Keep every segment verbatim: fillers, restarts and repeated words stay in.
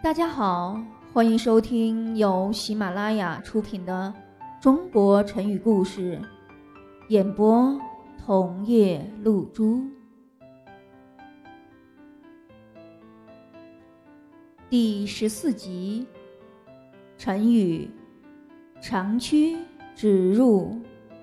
大家好，欢迎收听由喜马拉雅出品的中国成语故事，演播桐叶露珠。第十四集，成语长驱直入。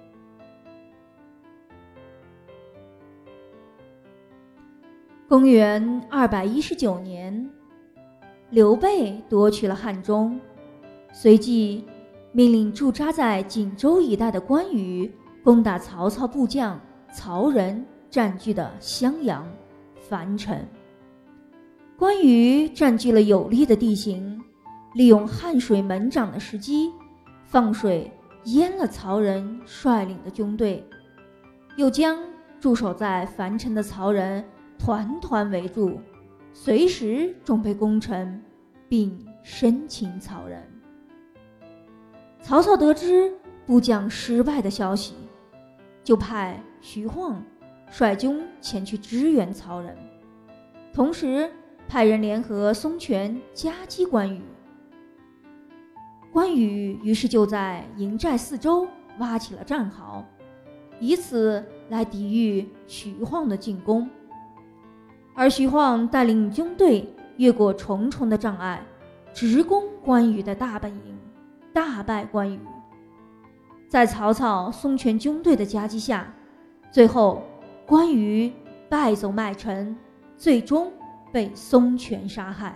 公元二百一十九年，刘备夺取了汉中，随即命令驻扎在锦州一带的关羽攻打曹操部将曹仁占据的襄阳、樊城。关羽占据了有利的地形，利用汉水猛涨的时机，放水淹了曹仁率领的军队，又将驻守在樊城的曹仁团团围住，随时准备攻城，并生擒曹仁。曹操得知部将失败的消息，就派徐晃率军前去支援曹仁，同时派人联合孙权夹击关羽。关羽于是就在营寨四周挖起了战壕，以此来抵御徐晃的进攻。而徐晃带领军队越过重重的障碍，直攻关羽的大本营，大败关羽。在曹操、孙权军队的夹击下，最后关羽败走麦城，最终被孙权杀害。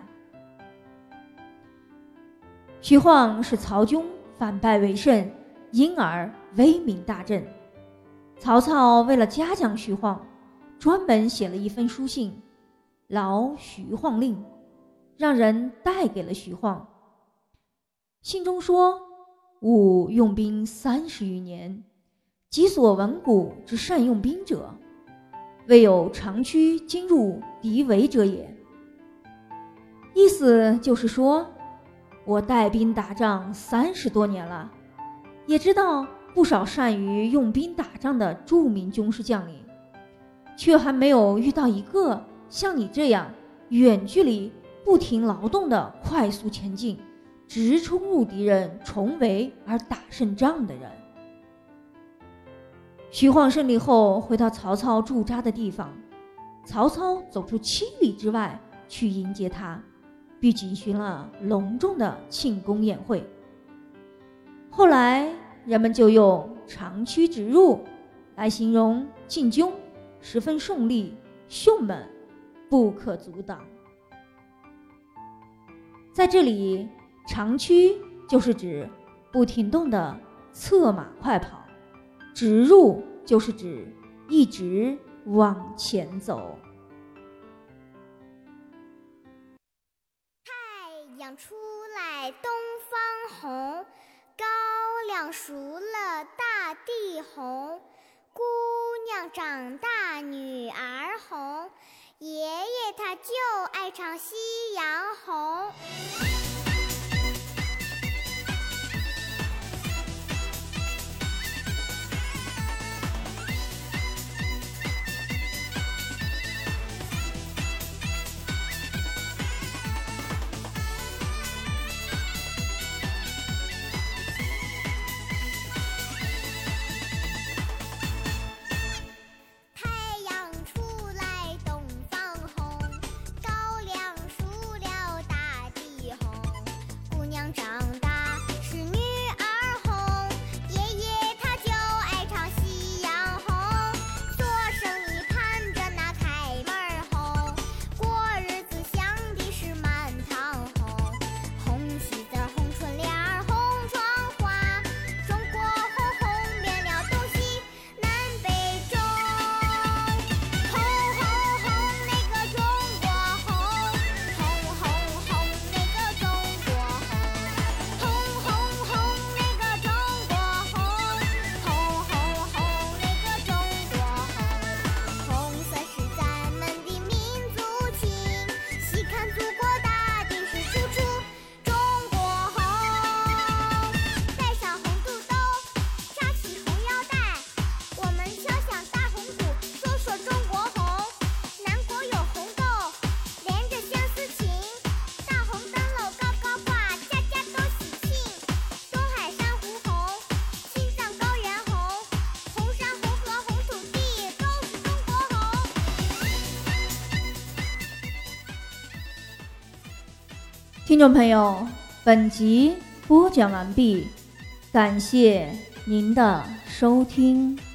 徐晃使曹军反败为胜，因而威名大振。曹操为了嘉奖徐晃，专门写了一封书信，劳徐晃令，让人带给了徐晃。信中说：吾用兵三十余年，己所闻古之善用兵者，未有长驱进入敌围者也。意思就是说，我带兵打仗三十多年了，也知道不少善于用兵打仗的著名军事将领，却还没有遇到一个像你这样远距离不停劳动的快速前进，直冲入敌人重围而打胜仗的人。徐晃胜利后回到曹操驻扎的地方，曹操走出七里之外去迎接他，并举行了隆重的庆功宴会。后来人们就用长驱直入来形容进军十分顺利、凶猛、不可阻挡。在这里，长驱就是指不停动的策马快跑，直入就是指一直往前走。 太阳出来东方红，高粱熟了大地红，姑娘长大女儿红，爷爷他就爱唱夕阳红。太阳出来东方红，高粱熟听众朋友，本集播讲完毕，感谢您的收听。